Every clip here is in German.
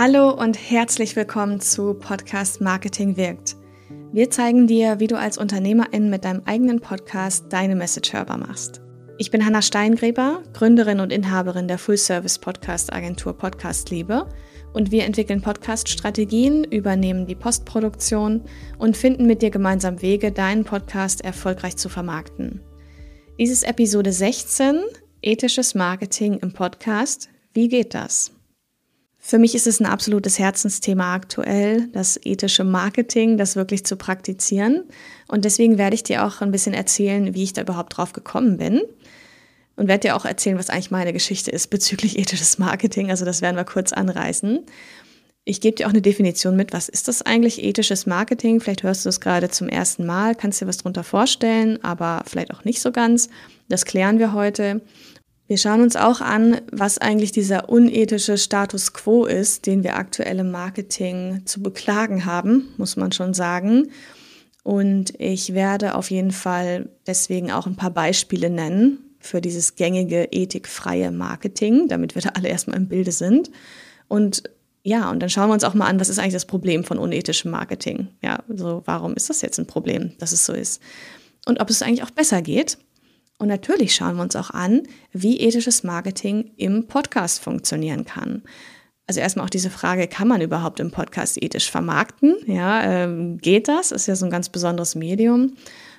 Hallo und herzlich willkommen zu Podcast Marketing wirkt. Wir zeigen dir, wie du als Unternehmerin mit deinem eigenen Podcast deine Message hörbar machst. Ich bin Hanna Steingräber, Gründerin und Inhaberin der Full-Service-Podcast-Agentur Podcast Liebe und wir entwickeln Podcast-Strategien, übernehmen die Postproduktion und finden mit dir gemeinsam Wege, deinen Podcast erfolgreich zu vermarkten. Dies ist Episode 16, Ethisches Marketing im Podcast. Wie geht das? Für mich ist es ein absolutes Herzensthema aktuell, das ethische Marketing, das wirklich zu praktizieren. Und deswegen werde ich dir auch ein bisschen erzählen, wie ich da überhaupt drauf gekommen bin. Und werde dir auch erzählen, was eigentlich meine Geschichte ist bezüglich ethisches Marketing. Also das werden wir kurz anreißen. Ich gebe dir auch eine Definition mit, was ist das eigentlich, ethisches Marketing? Vielleicht hörst du es gerade zum ersten Mal, kannst dir was darunter vorstellen, aber vielleicht auch nicht so ganz. Das klären wir heute. Wir schauen uns auch an, was eigentlich dieser unethische Status quo ist, den wir aktuell im Marketing zu beklagen haben, muss man schon sagen. Und ich werde auf jeden Fall deswegen auch ein paar Beispiele nennen für dieses gängige, ethikfreie Marketing, damit wir da alle erstmal im Bilde sind. Und dann schauen wir uns auch mal an, was ist eigentlich das Problem von unethischem Marketing? Ja, also warum ist das jetzt ein Problem, dass es so ist? Und ob es eigentlich auch besser geht? Und natürlich schauen wir uns auch an, wie ethisches Marketing im Podcast funktionieren kann. Also erstmal auch diese Frage, kann man überhaupt im Podcast ethisch vermarkten? Ja, geht das? Ist ja so ein ganz besonderes Medium.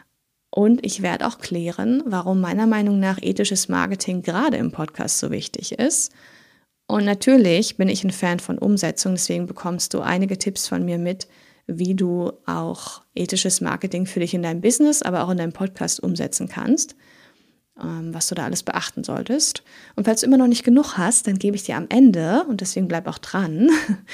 Und ich werde auch klären, warum meiner Meinung nach ethisches Marketing gerade im Podcast so wichtig ist. Und natürlich bin ich ein Fan von Umsetzung, deswegen bekommst du einige Tipps von mir mit, wie du auch ethisches Marketing für dich in deinem Business, aber auch in deinem Podcast umsetzen kannst, was du da alles beachten solltest. Und falls du immer noch nicht genug hast, dann gebe ich dir am Ende, und deswegen bleib auch dran,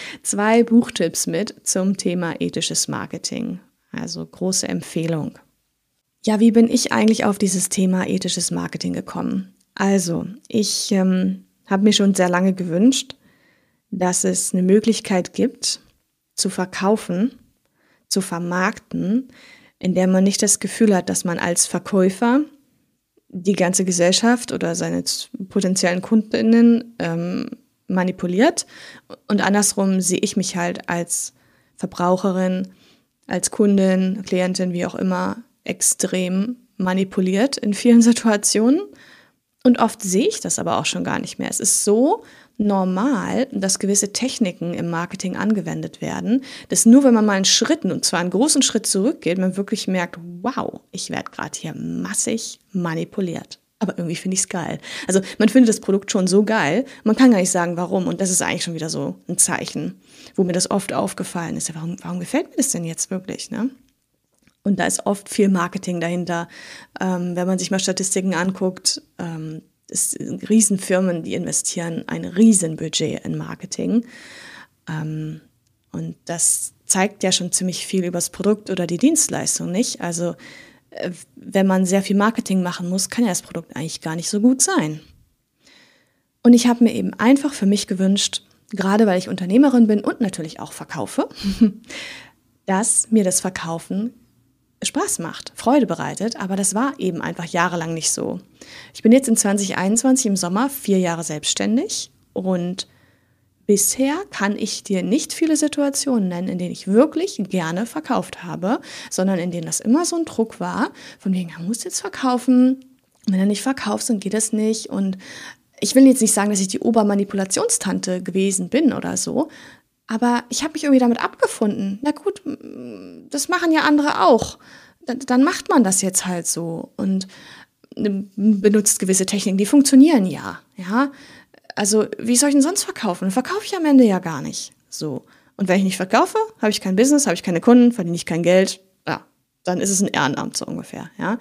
2 Buchtipps mit zum Thema ethisches Marketing. Also große Empfehlung. Ja, wie bin ich eigentlich auf dieses Thema ethisches Marketing gekommen? Also, ich habe mir schon sehr lange gewünscht, dass es eine Möglichkeit gibt, zu verkaufen, zu vermarkten, in der man nicht das Gefühl hat, dass man als Verkäufer die ganze Gesellschaft oder seine potenziellen KundInnen manipuliert. Und andersrum sehe ich mich halt als Verbraucherin, als Kundin, Klientin, wie auch immer, extrem manipuliert in vielen Situationen. Und oft sehe ich das aber auch schon gar nicht mehr. Es ist so normal, dass gewisse Techniken im Marketing angewendet werden, dass nur wenn man mal einen Schritt, und zwar einen großen Schritt zurückgeht, man wirklich merkt, wow, ich werde gerade hier massig manipuliert. Aber irgendwie finde ich es geil. Also man findet das Produkt schon so geil, man kann gar nicht sagen, warum. Und das ist eigentlich schon wieder so ein Zeichen, wo mir das oft aufgefallen ist. Ja, warum gefällt mir das denn jetzt wirklich, ne? Und da ist oft viel Marketing dahinter. Wenn man sich mal Statistiken anguckt, es sind Riesenfirmen, die investieren ein Riesenbudget in Marketing. Und das zeigt ja schon ziemlich viel über das Produkt oder die Dienstleistung, nicht? Also wenn man sehr viel Marketing machen muss, kann ja das Produkt eigentlich gar nicht so gut sein. Und ich habe mir eben einfach für mich gewünscht, gerade weil ich Unternehmerin bin und natürlich auch verkaufe, dass mir das Verkaufen Spaß macht, Freude bereitet, aber das war eben einfach jahrelang nicht so. Ich bin jetzt in 2021 im Sommer 4 Jahre selbstständig und bisher kann ich dir nicht viele Situationen nennen, in denen ich wirklich gerne verkauft habe, sondern in denen das immer so ein Druck war, von wegen, man muss jetzt verkaufen, wenn du nicht verkaufst, dann geht das nicht. Und ich will jetzt nicht sagen, dass ich die Obermanipulationstante gewesen bin oder so, aber ich habe mich irgendwie damit abgefunden. Na gut, das machen ja andere auch. Dann macht man das jetzt halt so und benutzt gewisse Techniken, die funktionieren ja. Also wie soll ich denn sonst verkaufen? Verkaufe ich am Ende ja gar nicht. So. Und wenn ich nicht verkaufe, habe ich kein Business, habe ich keine Kunden, verdiene ich kein Geld. Ja, dann ist es ein Ehrenamt so ungefähr. Ja.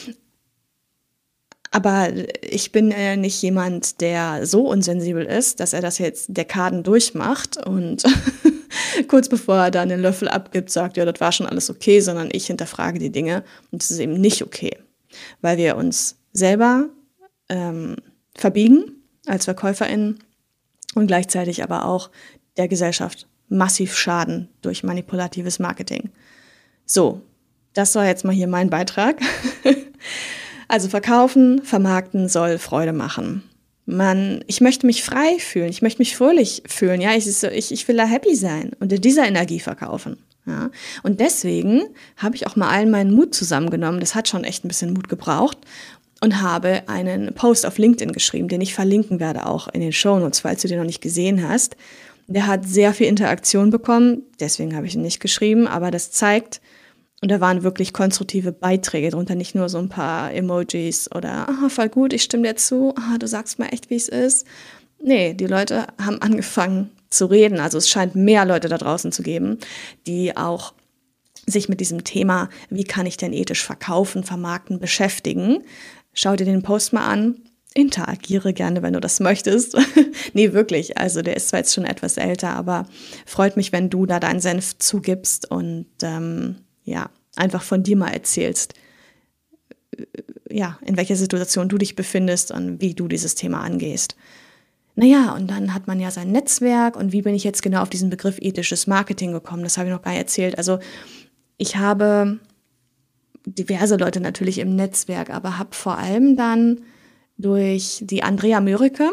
Aber ich bin nicht jemand, der so unsensibel ist, dass er das jetzt Dekaden durchmacht und kurz bevor er dann den Löffel abgibt, sagt, ja, das war schon alles okay, sondern ich hinterfrage die Dinge und es ist eben nicht okay, weil wir uns selber verbiegen als VerkäuferInnen und gleichzeitig aber auch der Gesellschaft massiv schaden durch manipulatives Marketing. So, das war jetzt mal hier mein Beitrag. Also verkaufen, vermarkten soll Freude machen. Ich möchte mich frei fühlen, ich möchte mich fröhlich fühlen, ja, ich will da happy sein und in dieser Energie verkaufen. Ja. Und deswegen habe ich auch mal allen meinen Mut zusammengenommen, das hat schon echt ein bisschen Mut gebraucht, und habe einen Post auf LinkedIn geschrieben, den ich verlinken werde auch in den Shownotes, falls du den noch nicht gesehen hast. Der hat sehr viel Interaktion bekommen, deswegen habe ich ihn nicht geschrieben, aber das zeigt, und da waren wirklich konstruktive Beiträge drunter, nicht nur so ein paar Emojis oder, voll gut, ich stimme dir zu, du sagst mir echt, wie es ist. Nee, die Leute haben angefangen zu reden. Also es scheint mehr Leute da draußen zu geben, die auch sich mit diesem Thema, wie kann ich denn ethisch verkaufen, vermarkten, beschäftigen. Schau dir den Post mal an. Interagiere gerne, wenn du das möchtest. Nee, wirklich. Also der ist zwar jetzt schon etwas älter, aber freut mich, wenn du da deinen Senf zugibst und einfach von dir mal erzählst, in welcher Situation du dich befindest und wie du dieses Thema angehst. Naja, und dann hat man ja sein Netzwerk und wie bin ich jetzt genau auf diesen Begriff ethisches Marketing gekommen? Das habe ich noch gar nicht erzählt. Also ich habe diverse Leute natürlich im Netzwerk, aber habe vor allem dann durch die Andrea Mörike,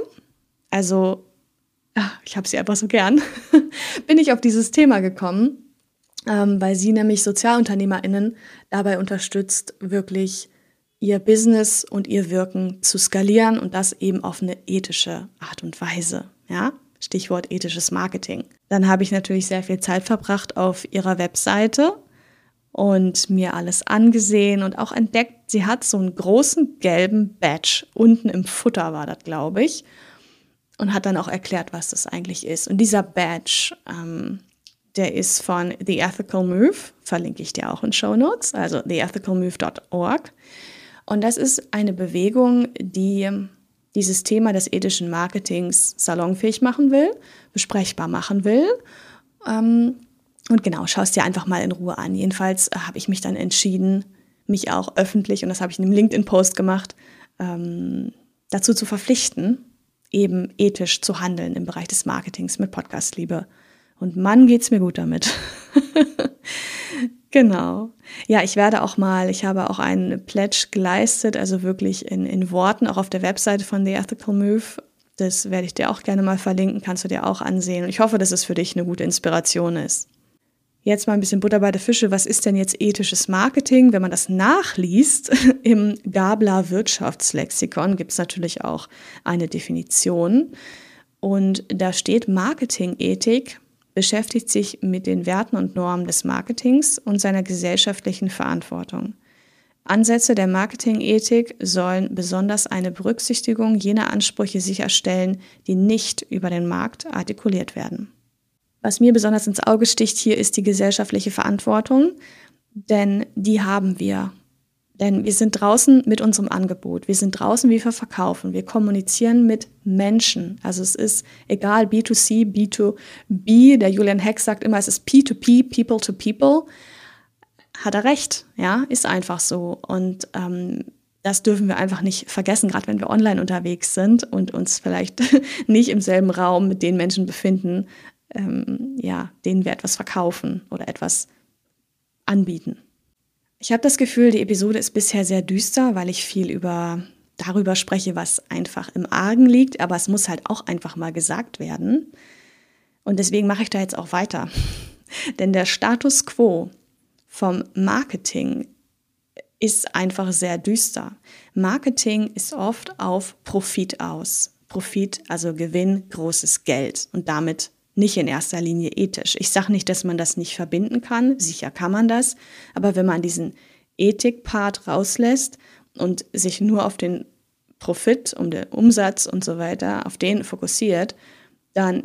ich habe sie einfach so gern, bin ich auf dieses Thema gekommen, weil sie nämlich SozialunternehmerInnen dabei unterstützt, wirklich ihr Business und ihr Wirken zu skalieren und das eben auf eine ethische Art und Weise. Ja? Stichwort ethisches Marketing. Dann habe ich natürlich sehr viel Zeit verbracht auf ihrer Webseite und mir alles angesehen und auch entdeckt, sie hat so einen großen gelben Badge, unten im Futter war das, glaube ich, und hat dann auch erklärt, was das eigentlich ist. Und dieser Badge, der ist von The Ethical Move, verlinke ich dir auch in Shownotes, also theethicalmove.org. Und das ist eine Bewegung, die dieses Thema des ethischen Marketings salonfähig machen will, besprechbar machen will. Und genau, schau es dir einfach mal in Ruhe an. Jedenfalls habe ich mich dann entschieden, mich auch öffentlich, und das habe ich in einem LinkedIn-Post gemacht, dazu zu verpflichten, eben ethisch zu handeln im Bereich des Marketings mit Podcast-Liebe. Und Mann, geht's mir gut damit. Genau. Ja, ich habe auch einen Pledge geleistet, also wirklich in Worten, auch auf der Webseite von The Ethical Move. Das werde ich dir auch gerne mal verlinken, kannst du dir auch ansehen. Und ich hoffe, dass es für dich eine gute Inspiration ist. Jetzt mal ein bisschen Butter bei der Fische. Was ist denn jetzt ethisches Marketing? Wenn man das nachliest, im Gabler Wirtschaftslexikon gibt es natürlich auch eine Definition. Und da steht, Marketingethik beschäftigt sich mit den Werten und Normen des Marketings und seiner gesellschaftlichen Verantwortung. Ansätze der Marketingethik sollen besonders eine Berücksichtigung jener Ansprüche sicherstellen, die nicht über den Markt artikuliert werden. Was mir besonders ins Auge sticht hier, ist die gesellschaftliche Verantwortung, denn die haben wir. Denn wir sind draußen mit unserem Angebot, wir sind draußen, wie wir verkaufen, wir kommunizieren mit Menschen. Also es ist egal, B2C, B2B, der Julian Heck sagt immer, es ist P2P, People to People. Hat er recht, ja, ist einfach so. Und das dürfen wir einfach nicht vergessen, gerade wenn wir online unterwegs sind und uns vielleicht nicht im selben Raum mit den Menschen befinden, denen wir etwas verkaufen oder etwas anbieten. Ich habe das Gefühl, die Episode ist bisher sehr düster, weil ich viel darüber spreche, was einfach im Argen liegt, aber es muss halt auch einfach mal gesagt werden. Und deswegen mache ich da jetzt auch weiter. Denn der Status quo vom Marketing ist einfach sehr düster. Marketing ist oft auf Profit aus. Profit, also Gewinn, großes Geld und damit nicht in erster Linie ethisch. Ich sage nicht, dass man das nicht verbinden kann, sicher kann man das, aber wenn man diesen Ethik-Part rauslässt und sich nur auf den Profit, um den Umsatz und so weiter, auf den fokussiert, dann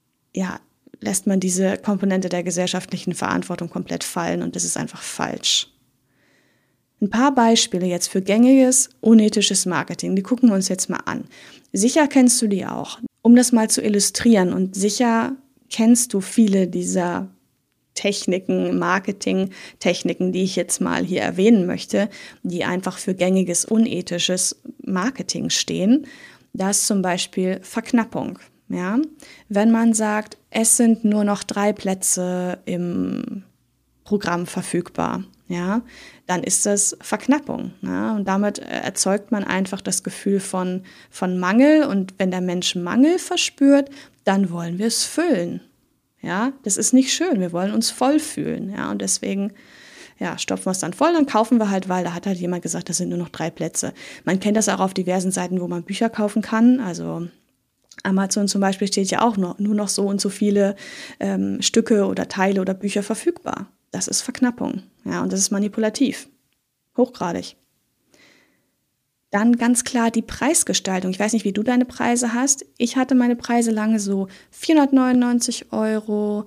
lässt man diese Komponente der gesellschaftlichen Verantwortung komplett fallen und das ist einfach falsch. Ein paar Beispiele jetzt für gängiges, unethisches Marketing, die gucken wir uns jetzt mal an. Sicher kennst du die auch. Um das mal zu illustrieren, und sicher kennst du viele dieser Techniken, Marketing-Techniken, die ich jetzt mal hier erwähnen möchte, die einfach für gängiges, unethisches Marketing stehen. Das ist zum Beispiel Verknappung. Ja? Wenn man sagt, es sind nur noch 3 Plätze im Programm verfügbar, ja, dann ist das Verknappung. Ja? Und damit erzeugt man einfach das Gefühl von Mangel. Und wenn der Mensch Mangel verspürt, dann wollen wir es füllen. Ja, das ist nicht schön. Wir wollen uns voll fühlen. Ja, und deswegen stopfen wir es dann voll, dann kaufen wir halt, weil da hat halt jemand gesagt, das sind nur noch 3 Plätze. Man kennt das auch auf diversen Seiten, wo man Bücher kaufen kann. Also Amazon zum Beispiel steht ja auch nur noch so und so viele Stücke oder Teile oder Bücher verfügbar. Das ist Verknappung, ja, und das ist manipulativ, hochgradig. Dann ganz klar die Preisgestaltung. Ich weiß nicht, wie du deine Preise hast. Ich hatte meine Preise lange so 499 €,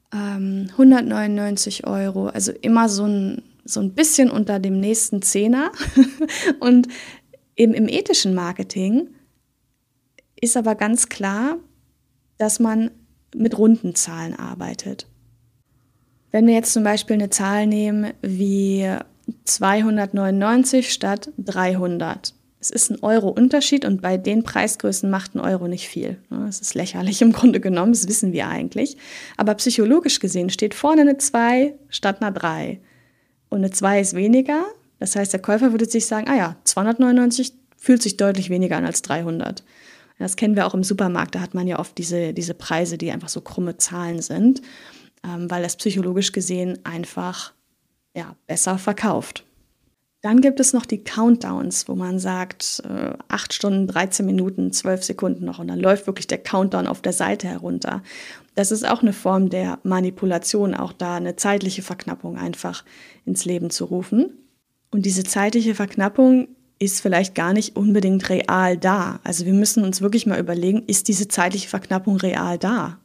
199 €, also immer so ein bisschen unter dem nächsten Zehner. Und eben im ethischen Marketing ist aber ganz klar, dass man mit runden Zahlen arbeitet. Wenn wir jetzt zum Beispiel eine Zahl nehmen wie 299 statt 300. Es ist ein Euro Unterschied und bei den Preisgrößen macht ein Euro nicht viel. Das ist lächerlich im Grunde genommen, das wissen wir eigentlich. Aber psychologisch gesehen steht vorne eine 2 statt einer 3. Und eine 2 ist weniger. Das heißt, der Käufer würde sich sagen, 299 fühlt sich deutlich weniger an als 300. Das kennen wir auch im Supermarkt, da hat man ja oft diese Preise, die einfach so krumme Zahlen sind, weil das psychologisch gesehen einfach besser verkauft. Dann gibt es noch die Countdowns, wo man sagt, 8 Stunden, 13 Minuten, 12 Sekunden noch und dann läuft wirklich der Countdown auf der Seite herunter. Das ist auch eine Form der Manipulation, auch da eine zeitliche Verknappung einfach ins Leben zu rufen. Und diese zeitliche Verknappung ist vielleicht gar nicht unbedingt real da. Also wir müssen uns wirklich mal überlegen, ist diese zeitliche Verknappung real da?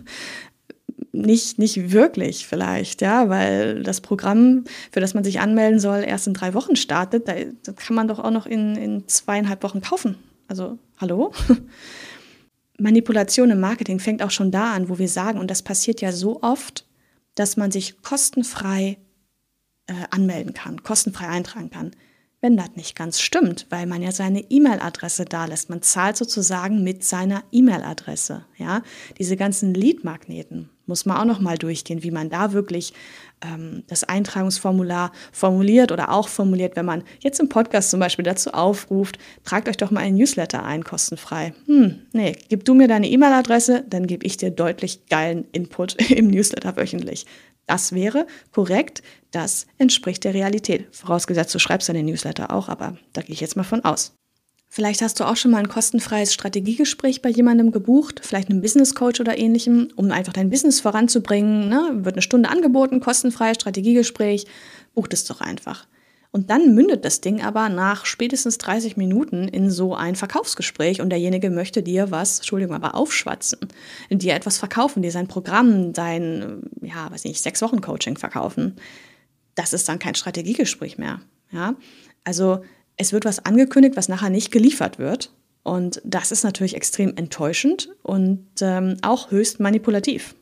Nicht wirklich vielleicht, ja, weil das Programm, für das man sich anmelden soll, erst in 3 Wochen startet. Da kann man doch auch noch in 2,5 Wochen kaufen. Also, hallo? Manipulation im Marketing fängt auch schon da an, wo wir sagen, und das passiert ja so oft, dass man sich kostenfrei anmelden kann, kostenfrei eintragen kann. Wenn das nicht ganz stimmt, weil man ja seine E-Mail-Adresse da lässt. Man zahlt sozusagen mit seiner E-Mail-Adresse. Ja? Diese ganzen Lead-Magneten muss man auch noch mal durchgehen, wie man da wirklich das Eintragungsformular formuliert oder auch formuliert, wenn man jetzt im Podcast zum Beispiel dazu aufruft, tragt euch doch mal einen Newsletter ein, kostenfrei. Nee, gib du mir deine E-Mail-Adresse, dann gebe ich dir deutlich geilen Input im Newsletter wöchentlich. Das wäre korrekt, das entspricht der Realität. Vorausgesetzt, du schreibst deine Newsletter auch, aber da gehe ich jetzt mal von aus. Vielleicht hast du auch schon mal ein kostenfreies Strategiegespräch bei jemandem gebucht, vielleicht einem Business Coach oder ähnlichem, um einfach dein Business voranzubringen. Wird eine Stunde angeboten, kostenfreies Strategiegespräch, buch das doch einfach. Und dann mündet das Ding aber nach spätestens 30 Minuten in so ein Verkaufsgespräch und derjenige möchte dir aufschwatzen, dir etwas verkaufen, dir sein Programm, dein, 6 Wochen Coaching verkaufen. Das ist dann kein Strategiegespräch mehr. Ja? Also es wird was angekündigt, was nachher nicht geliefert wird. Und das ist natürlich extrem enttäuschend und auch höchst manipulativ.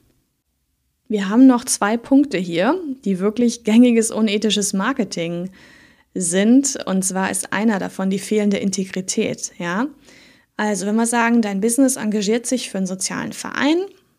Wir haben noch 2 Punkte hier, die wirklich gängiges unethisches Marketing sind. Und zwar ist einer davon die fehlende Integrität. Ja? Also wenn wir sagen, dein Business engagiert sich für einen sozialen Verein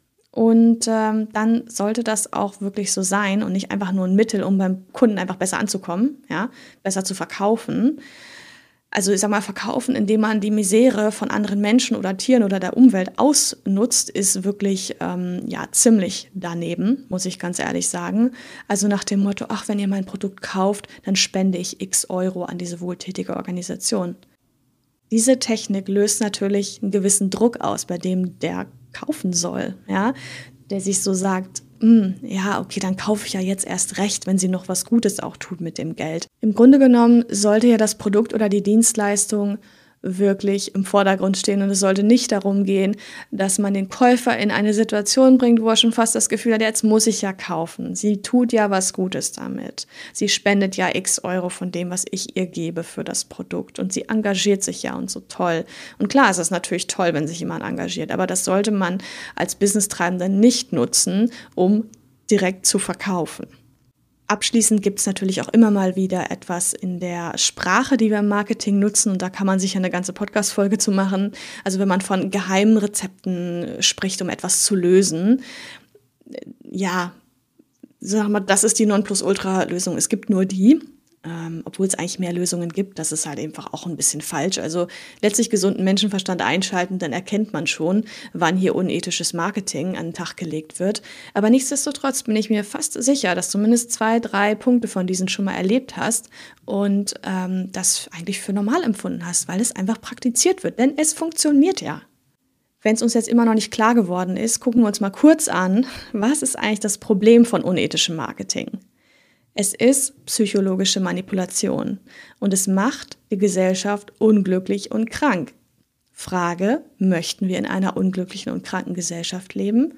und dann sollte das auch wirklich so sein und nicht einfach nur ein Mittel, um beim Kunden einfach besser anzukommen, ja? Besser zu verkaufen. Also ich sag mal, verkaufen, indem man die Misere von anderen Menschen oder Tieren oder der Umwelt ausnutzt, ist wirklich ziemlich daneben, muss ich ganz ehrlich sagen. Also nach dem Motto, wenn ihr mein Produkt kauft, dann spende ich x Euro an diese wohltätige Organisation. Diese Technik löst natürlich einen gewissen Druck aus, bei dem der kaufen soll, ja, der sich so sagt, dann kaufe ich ja jetzt erst recht, wenn sie noch was Gutes auch tut mit dem Geld. Im Grunde genommen sollte ja das Produkt oder die Dienstleistung wirklich im Vordergrund stehen und es sollte nicht darum gehen, dass man den Käufer in eine Situation bringt, wo er schon fast das Gefühl hat, jetzt muss ich ja kaufen. Sie tut ja was Gutes damit. Sie spendet ja x Euro von dem, was ich ihr gebe für das Produkt und sie engagiert sich ja und so toll. Und klar ist es natürlich toll, wenn sich jemand engagiert, aber das sollte man als Business-Treibender nicht nutzen, um direkt zu verkaufen. Abschließend gibt es natürlich auch immer mal wieder etwas in der Sprache, die wir im Marketing nutzen. Und da kann man sicher eine ganze Podcast-Folge zu machen. Also wenn man von geheimen Rezepten spricht, um etwas zu lösen, sag mal, das ist die Nonplusultra-Lösung, es gibt nur die. Obwohl es eigentlich mehr Lösungen gibt, das ist halt einfach auch ein bisschen falsch. Also letztlich gesunden Menschenverstand einschalten, dann erkennt man schon, wann hier unethisches Marketing an den Tag gelegt wird. Aber nichtsdestotrotz bin ich mir fast sicher, dass zumindest 2, 3 Punkte von diesen schon mal erlebt hast und das eigentlich für normal empfunden hast, weil es einfach praktiziert wird. Denn es funktioniert ja. Wenn es uns jetzt immer noch nicht klar geworden ist, gucken wir uns mal kurz an, was ist eigentlich das Problem von unethischem Marketing? Es ist psychologische Manipulation und es macht die Gesellschaft unglücklich und krank. Frage, möchten wir in einer unglücklichen und kranken Gesellschaft leben?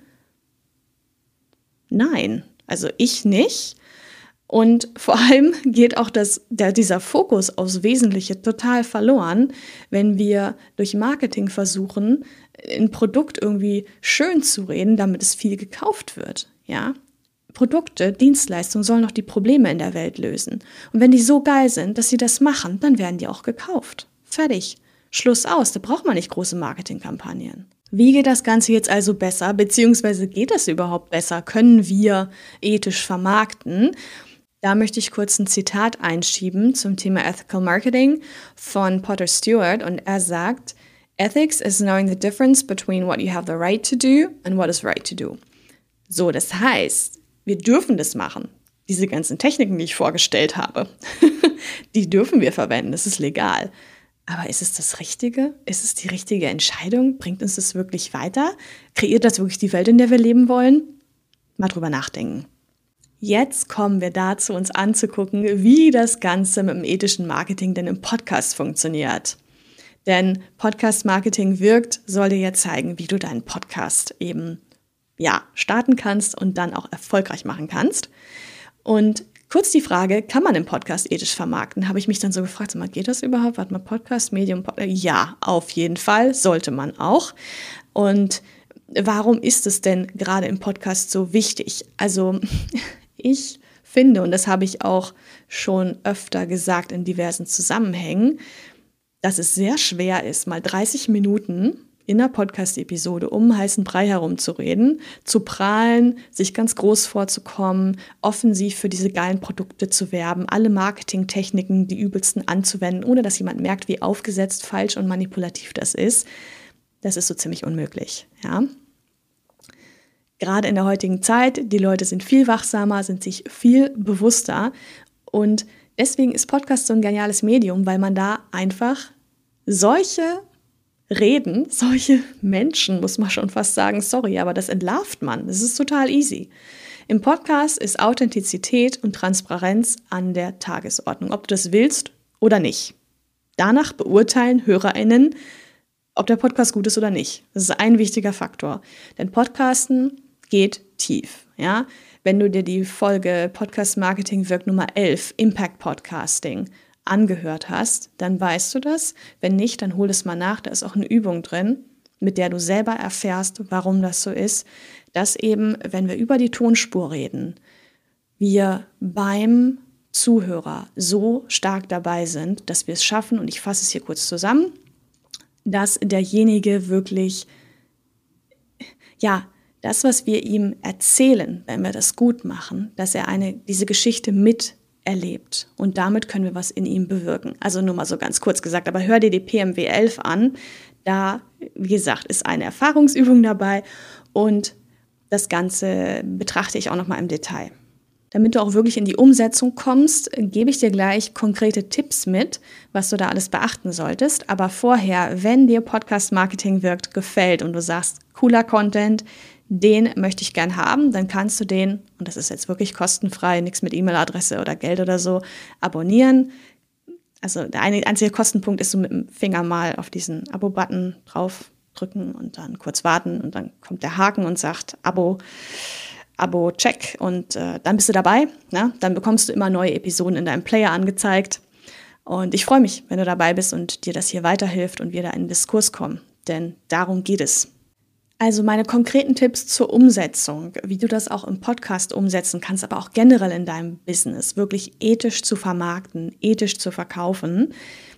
Nein, also ich nicht. Und vor allem geht auch dieser Fokus aufs Wesentliche total verloren, wenn wir durch Marketing versuchen, ein Produkt irgendwie schön zu reden, damit es viel gekauft wird, ja? Produkte, Dienstleistungen sollen doch die Probleme in der Welt lösen. Und wenn die so geil sind, dass sie das machen, dann werden die auch gekauft. Fertig. Schluss aus. Da braucht man nicht große Marketingkampagnen. Wie geht das Ganze jetzt also besser? Beziehungsweise geht das überhaupt besser? Können wir ethisch vermarkten? Da möchte ich kurz ein Zitat einschieben zum Thema Ethical Marketing von Potter Stewart. Und er sagt, Ethics is knowing the difference between what you have the right to do and what is right to do. So, das heißt, wir dürfen das machen. Diese ganzen Techniken, die ich vorgestellt habe, die dürfen wir verwenden. Das ist legal. Aber ist es das Richtige? Ist es die richtige Entscheidung? Bringt uns das wirklich weiter? Kreiert das wirklich die Welt, in der wir leben wollen? Mal drüber nachdenken. Jetzt kommen wir dazu, uns anzugucken, wie das Ganze mit dem ethischen Marketing denn im Podcast funktioniert. Denn Podcast-Marketing wirkt, soll dir ja zeigen, wie du deinen Podcast eben starten kannst und dann auch erfolgreich machen kannst. Und kurz die Frage, kann man im Podcast ethisch vermarkten? Habe ich mich dann so gefragt, geht das überhaupt? Warte mal, Podcast, Medium, ja, auf jeden Fall, sollte man auch. Und warum ist es denn gerade im Podcast so wichtig? Also ich finde, und das habe ich auch schon öfter gesagt in diversen Zusammenhängen, dass es sehr schwer ist, mal 30 Minuten in einer Podcast-Episode um heißen Brei herumzureden, zu prahlen, sich ganz groß vorzukommen, offensiv für diese geilen Produkte zu werben, alle Marketingtechniken, die übelsten anzuwenden, ohne dass jemand merkt, wie aufgesetzt, falsch und manipulativ das ist. Das ist so ziemlich unmöglich, ja. Gerade in der heutigen Zeit, die Leute sind viel wachsamer, sind sich viel bewusster und deswegen ist Podcast so ein geniales Medium, weil man da einfach solche Menschen, muss man schon fast sagen, sorry, aber das entlarvt man. Das ist total easy. Im Podcast ist Authentizität und Transparenz an der Tagesordnung, ob du das willst oder nicht. Danach beurteilen HörerInnen, ob der Podcast gut ist oder nicht. Das ist ein wichtiger Faktor. Denn Podcasten geht tief. Ja? Wenn du dir die Folge Podcast Marketing wirkt Nummer 11, Impact Podcasting, angehört hast, dann weißt du das. Wenn nicht, dann hol es mal nach. Da ist auch eine Übung drin, mit der du selber erfährst, warum das so ist, dass eben, wenn wir über die Tonspur reden, wir beim Zuhörer so stark dabei sind, dass wir es schaffen, und ich fasse es hier kurz zusammen, dass derjenige wirklich, das, was wir ihm erzählen, wenn wir das gut machen, dass er diese Geschichte miterlebt. Und damit können wir was in ihm bewirken. Also nur mal so ganz kurz gesagt, aber hör dir die PMW 11 an. Da, wie gesagt, ist eine Erfahrungsübung dabei und das Ganze betrachte ich auch nochmal im Detail. Damit du auch wirklich in die Umsetzung kommst, gebe ich dir gleich konkrete Tipps mit, was du da alles beachten solltest. Aber vorher, wenn dir Podcast Marketing wirkt, gefällt und du sagst, cooler Content, den möchte ich gern haben, dann kannst du den, und das ist jetzt wirklich kostenfrei, nichts mit E-Mail-Adresse oder Geld oder so, abonnieren. Also der einzige Kostenpunkt ist so mit dem Finger mal auf diesen Abo-Button draufdrücken und dann kurz warten und dann kommt der Haken und sagt Abo check und dann bist du dabei. Ne? Dann bekommst du immer neue Episoden in deinem Player angezeigt und ich freue mich, wenn du dabei bist und dir das hier weiterhilft und wir da in den Diskurs kommen, denn darum geht es. Also meine konkreten Tipps zur Umsetzung, wie du das auch im Podcast umsetzen kannst, aber auch generell in deinem Business, wirklich ethisch zu vermarkten, ethisch zu verkaufen.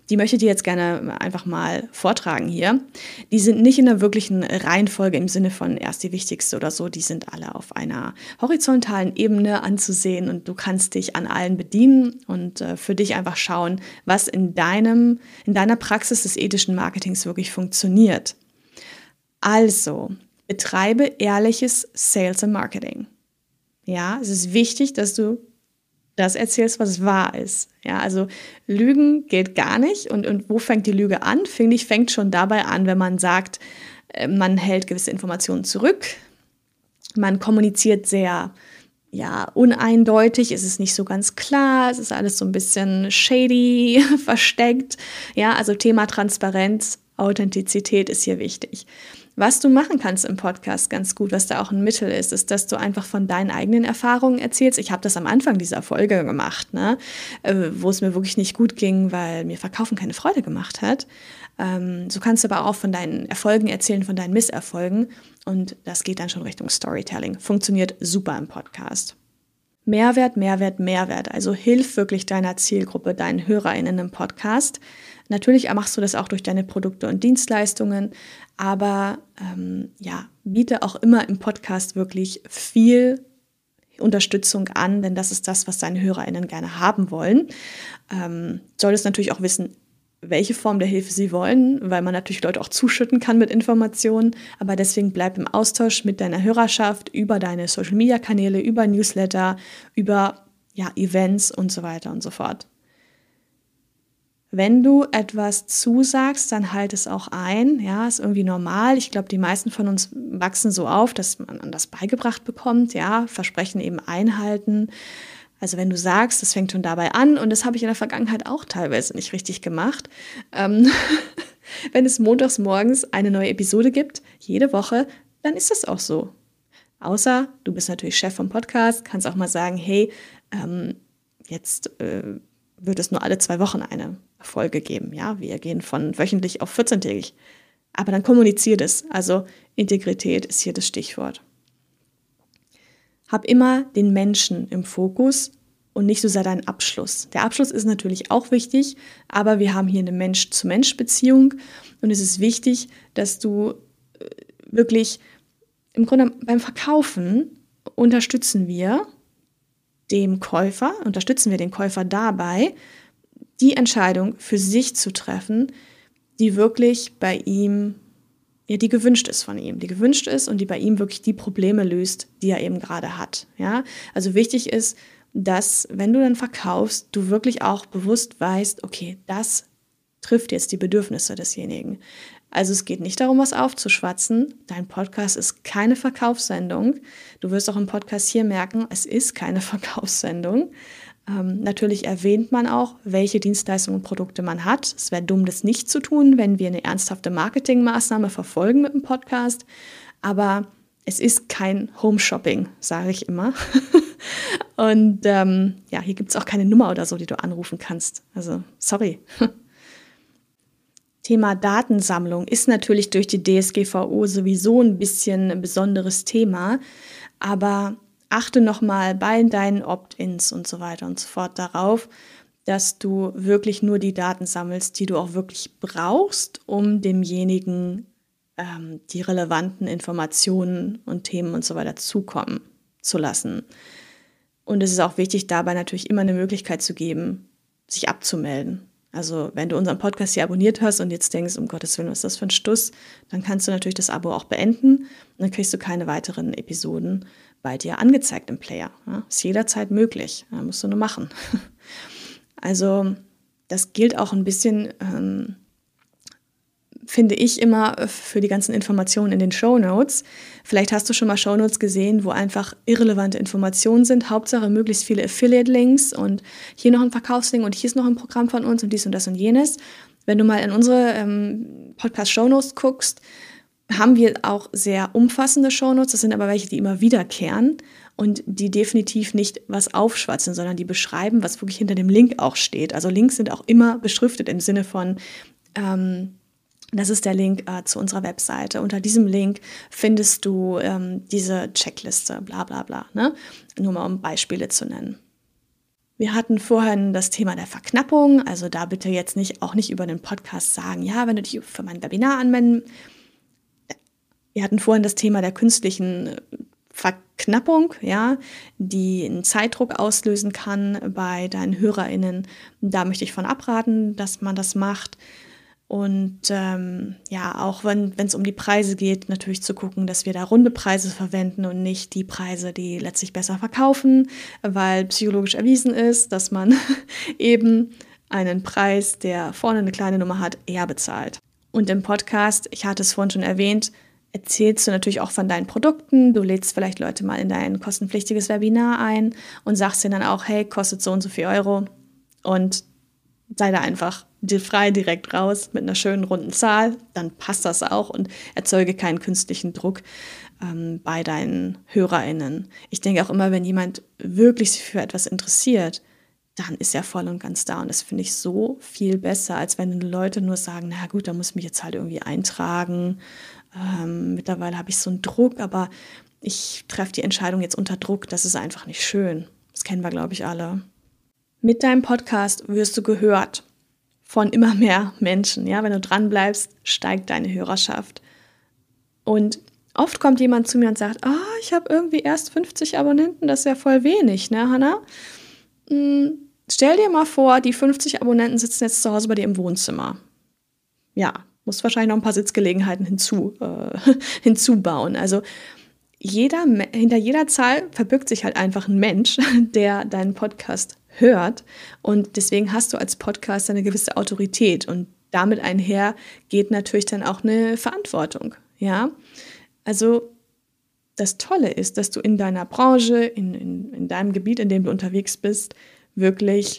Die möchte ich dir jetzt gerne einfach mal vortragen hier. Die sind nicht in der wirklichen Reihenfolge im Sinne von erst die wichtigste oder so. Die sind alle auf einer horizontalen Ebene anzusehen und du kannst dich an allen bedienen und für dich einfach schauen, was in deiner Praxis des ethischen Marketings wirklich funktioniert. Also, betreibe ehrliches Sales und Marketing. Ja, es ist wichtig, dass du das erzählst, was wahr ist. Ja, also Lügen geht gar nicht. Und wo fängt die Lüge an? Finde ich, fängt schon dabei an, wenn man sagt, man hält gewisse Informationen zurück. Man kommuniziert sehr, uneindeutig. Es ist nicht so ganz klar. Es ist alles so ein bisschen shady, versteckt. Ja, also Thema Transparenz, Authentizität ist hier wichtig. Was du machen kannst im Podcast ganz gut, was da auch ein Mittel ist, ist, dass du einfach von deinen eigenen Erfahrungen erzählst. Ich habe das am Anfang dieser Folge gemacht, wo es mir wirklich nicht gut ging, weil mir Verkaufen keine Freude gemacht hat. So kannst du aber auch von deinen Erfolgen erzählen, von deinen Misserfolgen. Und das geht dann schon Richtung Storytelling. Funktioniert super im Podcast. Mehrwert, Mehrwert, Mehrwert. Also hilf wirklich deiner Zielgruppe, deinen HörerInnen im Podcast. Natürlich machst du das auch durch deine Produkte und Dienstleistungen, aber biete auch immer im Podcast wirklich viel Unterstützung an, denn das ist das, was deine HörerInnen gerne haben wollen. Solltest natürlich auch wissen, welche Form der Hilfe sie wollen, weil man natürlich Leute auch zuschütten kann mit Informationen, aber deswegen bleib im Austausch mit deiner Hörerschaft über deine Social-Media-Kanäle, über Newsletter, über Events und so weiter und so fort. Wenn du etwas zusagst, dann halt es auch ein. Ja, ist irgendwie normal. Ich glaube, die meisten von uns wachsen so auf, dass man das beigebracht bekommt. Ja, Versprechen eben einhalten. Also wenn du sagst, das fängt schon dabei an und das habe ich in der Vergangenheit auch teilweise nicht richtig gemacht. Wenn es montags morgens eine neue Episode gibt, jede Woche, dann ist das auch so. Außer du bist natürlich Chef vom Podcast, kannst auch mal sagen, hey, jetzt wird es nur alle 2 Wochen eine Folge geben. Ja, wir gehen von wöchentlich auf 14-tägig. Aber dann kommuniziert es. Also Integrität ist hier das Stichwort. Hab immer den Menschen im Fokus und nicht so sehr deinen Abschluss. Der Abschluss ist natürlich auch wichtig, aber wir haben hier eine Mensch-zu-Mensch-Beziehung und es ist wichtig, dass du wirklich, im Grunde beim Verkaufen unterstützen wir den Käufer dabei, die Entscheidung für sich zu treffen, die wirklich bei ihm, die gewünscht ist von ihm, die gewünscht ist und die bei ihm wirklich die Probleme löst, die er eben gerade hat. Ja? Also wichtig ist, dass, wenn du dann verkaufst, du wirklich auch bewusst weißt, okay, das trifft jetzt die Bedürfnisse desjenigen. Also es geht nicht darum, was aufzuschwatzen. Dein Podcast ist keine Verkaufssendung. Du wirst auch im Podcast hier merken, es ist keine Verkaufssendung. Natürlich erwähnt man auch, welche Dienstleistungen und Produkte man hat. Es wäre dumm, das nicht zu tun, wenn wir eine ernsthafte Marketingmaßnahme verfolgen mit dem Podcast. Aber es ist kein Home-Shopping, sage ich immer. Und hier gibt es auch keine Nummer oder so, die du anrufen kannst. Also, sorry. Thema Datensammlung ist natürlich durch die DSGVO sowieso ein bisschen ein besonderes Thema, aber achte nochmal bei deinen Opt-ins und so weiter und so fort darauf, dass du wirklich nur die Daten sammelst, die du auch wirklich brauchst, um demjenigen die relevanten Informationen und Themen und so weiter zukommen zu lassen. Und es ist auch wichtig, dabei natürlich immer eine Möglichkeit zu geben, sich abzumelden. Also wenn du unseren Podcast hier abonniert hast und jetzt denkst, um Gottes Willen, was ist das für ein Stuss, dann kannst du natürlich das Abo auch beenden und dann kriegst du keine weiteren Episoden bei dir angezeigt im Player. Ja, ist jederzeit möglich, ja, musst du nur machen. Also das gilt auch ein bisschen, finde ich immer, für die ganzen Informationen in den Shownotes. Vielleicht hast du schon mal Shownotes gesehen, wo einfach irrelevante Informationen sind. Hauptsache möglichst viele Affiliate-Links und hier noch ein Verkaufslink und hier ist noch ein Programm von uns und dies und das und jenes. Wenn du mal in unsere Podcast-Shownotes guckst, haben wir auch sehr umfassende Shownotes. Das sind aber welche, die immer wiederkehren und die definitiv nicht was aufschwatzen, sondern die beschreiben, was wirklich hinter dem Link auch steht. Also Links sind auch immer beschriftet im Sinne von das ist der Link zu unserer Webseite. Unter diesem Link findest du diese Checkliste, bla bla bla. Ne? Nur mal um Beispiele zu nennen. Wir hatten vorhin das Thema der Verknappung, also da bitte jetzt auch nicht über den Podcast sagen, ja, wenn du dich für mein Webinar anmeldest. Wir hatten vorhin das Thema der künstlichen Verknappung, ja, die einen Zeitdruck auslösen kann bei deinen HörerInnen. Da möchte ich von abraten, dass man das macht. Und auch wenn es um die Preise geht, natürlich zu gucken, dass wir da runde Preise verwenden und nicht die Preise, die letztlich besser verkaufen, weil psychologisch erwiesen ist, dass man eben einen Preis, der vorne eine kleine Nummer hat, eher bezahlt. Und im Podcast, ich hatte es vorhin schon erwähnt, erzählst du natürlich auch von deinen Produkten. Du lädst vielleicht Leute mal in dein kostenpflichtiges Webinar ein und sagst ihnen dann auch, hey, kostet so und so viel Euro und sei da einfach frei direkt raus mit einer schönen runden Zahl, dann passt das auch und erzeuge keinen künstlichen Druck bei deinen HörerInnen. Ich denke auch immer, wenn jemand wirklich sich für etwas interessiert, dann ist er voll und ganz da und das finde ich so viel besser, als wenn Leute nur sagen, na gut, da muss ich mich jetzt halt irgendwie eintragen. Mittlerweile habe ich so einen Druck, aber ich treffe die Entscheidung jetzt unter Druck, das ist einfach nicht schön. Das kennen wir, glaube ich, alle. Mit deinem Podcast wirst du gehört von immer mehr Menschen. Ja? Wenn du dran bleibst, steigt deine Hörerschaft. Und oft kommt jemand zu mir und sagt, ich habe irgendwie erst 50 Abonnenten, das ist ja voll wenig, ne, Hannah? Stell dir mal vor, die 50 Abonnenten sitzen jetzt zu Hause bei dir im Wohnzimmer. Ja, musst wahrscheinlich noch ein paar Sitzgelegenheiten hinzubauen. Also hinter jeder Zahl verbirgt sich halt einfach ein Mensch, der deinen Podcast hört. Und deswegen hast du als Podcaster eine gewisse Autorität. Und damit einher geht natürlich dann auch eine Verantwortung. Ja? Also das Tolle ist, dass du in deiner Branche, in deinem Gebiet, in dem du unterwegs bist, wirklich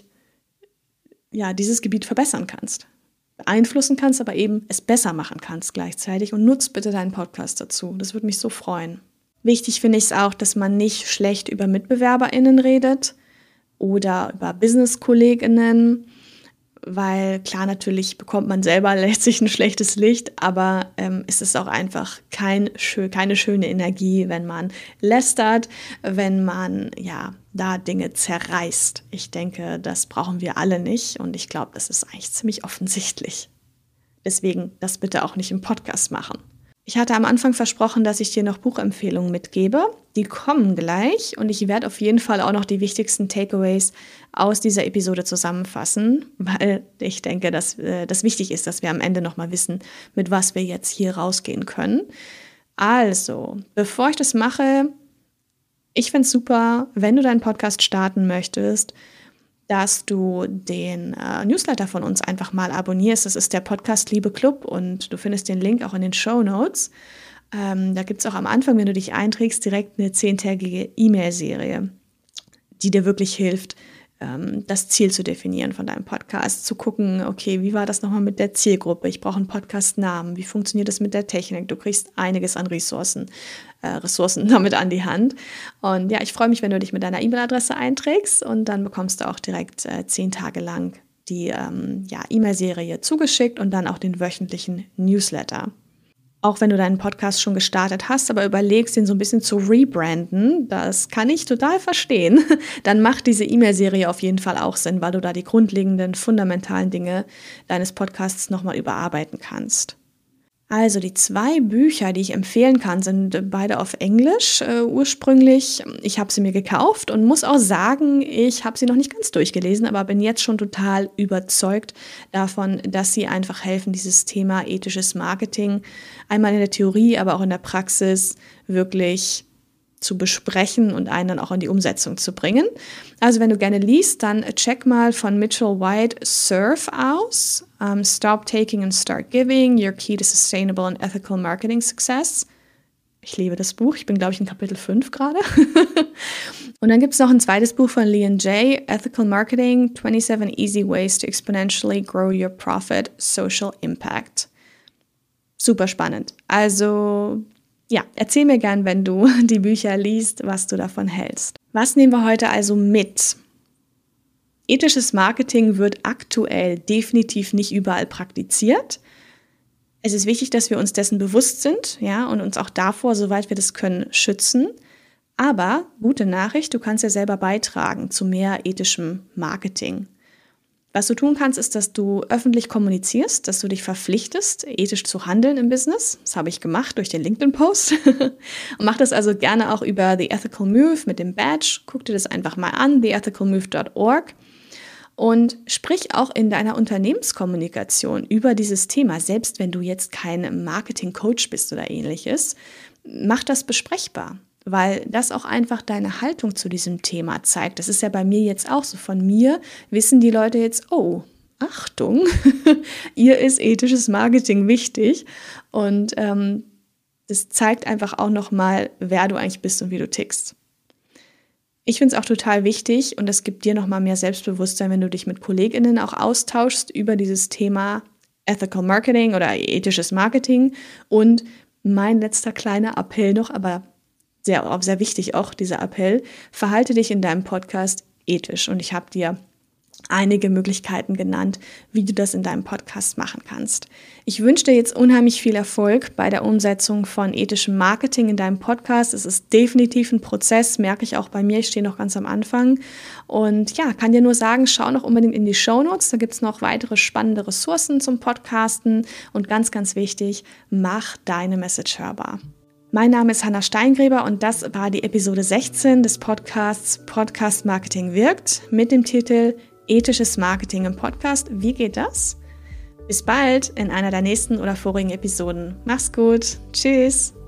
dieses Gebiet verbessern kannst. Beeinflussen kannst, aber eben es besser machen kannst gleichzeitig. Und nutz bitte deinen Podcast dazu. Das würde mich so freuen. Wichtig finde ich es auch, dass man nicht schlecht über MitbewerberInnen redet oder über Business-KollegInnen, weil klar, natürlich bekommt man selber letztlich ein schlechtes Licht, aber es ist auch einfach keine schöne Energie, wenn man lästert, wenn man da Dinge zerreißt. Ich denke, das brauchen wir alle nicht und ich glaube, das ist eigentlich ziemlich offensichtlich. Deswegen das bitte auch nicht im Podcast machen. Ich hatte am Anfang versprochen, dass ich dir noch Buchempfehlungen mitgebe. Die kommen gleich und ich werde auf jeden Fall auch noch die wichtigsten Takeaways aus dieser Episode zusammenfassen, weil ich denke, dass das wichtig ist, dass wir am Ende nochmal wissen, mit was wir jetzt hier rausgehen können. Also, bevor ich das mache, ich finde es super, wenn du deinen Podcast starten möchtest, dass du den Newsletter von uns einfach mal abonnierst. Das ist der Podcast Liebe Club und du findest den Link auch in den Shownotes. Da gibt es auch am Anfang, wenn du dich einträgst, direkt eine 10-tägige E-Mail-Serie, die dir wirklich hilft, das Ziel zu definieren von deinem Podcast, zu gucken, okay, wie war das nochmal mit der Zielgruppe? Ich brauche einen Podcast-Namen. Wie funktioniert das mit der Technik? Du kriegst einiges an Ressourcen damit an die Hand. Und ja, ich freue mich, wenn du dich mit deiner E-Mail-Adresse einträgst und dann bekommst du auch direkt 10 Tage lang die E-Mail-Serie zugeschickt und dann auch den wöchentlichen Newsletter. Auch wenn du deinen Podcast schon gestartet hast, aber überlegst, den so ein bisschen zu rebranden, das kann ich total verstehen, dann macht diese E-Mail-Serie auf jeden Fall auch Sinn, weil du da die grundlegenden, fundamentalen Dinge deines Podcasts nochmal überarbeiten kannst. Also die 2 Bücher, die ich empfehlen kann, sind beide auf Englisch ursprünglich. Ich habe sie mir gekauft und muss auch sagen, ich habe sie noch nicht ganz durchgelesen, aber bin jetzt schon total überzeugt davon, dass sie einfach helfen, dieses Thema ethisches Marketing einmal in der Theorie, aber auch in der Praxis wirklich zu besprechen und einen dann auch in die Umsetzung zu bringen. Also wenn du gerne liest, dann check mal von Mitchell White Surf aus. Stop Taking and Start Giving, Your Key to Sustainable and Ethical Marketing Success. Ich liebe das Buch. Ich bin, glaube ich, in Kapitel 5 gerade. Und dann gibt es noch ein zweites Buch von Leon J., Ethical Marketing, 27 Easy Ways to Exponentially Grow Your Profit, Social Impact. Super spannend. Also ja, erzähl mir gern, wenn du die Bücher liest, was du davon hältst. Was nehmen wir heute also mit? Ethisches Marketing wird aktuell definitiv nicht überall praktiziert. Es ist wichtig, dass wir uns dessen bewusst sind, ja, und uns auch davor, soweit wir das können, schützen. Aber, gute Nachricht, du kannst ja selber beitragen zu mehr ethischem Marketing. Was du tun kannst, ist, dass du öffentlich kommunizierst, dass du dich verpflichtest, ethisch zu handeln im Business. Das habe ich gemacht durch den LinkedIn-Post. Und mach das also gerne auch über The Ethical Move mit dem Badge. Guck dir das einfach mal an, theethicalmove.org. Und sprich auch in deiner Unternehmenskommunikation über dieses Thema, selbst wenn du jetzt kein Marketing-Coach bist oder ähnliches. Mach das besprechbar. Weil das auch einfach deine Haltung zu diesem Thema zeigt. Das ist ja bei mir jetzt auch so. Von mir wissen die Leute jetzt, oh, Achtung, ihr ist ethisches Marketing wichtig. Und das zeigt einfach auch nochmal, wer du eigentlich bist und wie du tickst. Ich finde es auch total wichtig und es gibt dir nochmal mehr Selbstbewusstsein, wenn du dich mit KollegInnen auch austauschst über dieses Thema Ethical Marketing oder ethisches Marketing. Und mein letzter kleiner Appell noch, aber sehr wichtig auch dieser Appell, verhalte dich in deinem Podcast ethisch. Und ich habe dir einige Möglichkeiten genannt, wie du das in deinem Podcast machen kannst. Ich wünsche dir jetzt unheimlich viel Erfolg bei der Umsetzung von ethischem Marketing in deinem Podcast. Es ist definitiv ein Prozess, merke ich auch bei mir. Ich stehe noch ganz am Anfang. Und ja, kann dir nur sagen, schau noch unbedingt in die Shownotes. Da gibt es noch weitere spannende Ressourcen zum Podcasten. Und ganz, ganz wichtig, mach deine Message hörbar. Mein Name ist Hannah Steingräber und das war die Episode 16 des Podcasts Podcast Marketing wirkt mit dem Titel Ethisches Marketing im Podcast. Wie geht das? Bis bald in einer der nächsten oder vorigen Episoden. Mach's gut. Tschüss.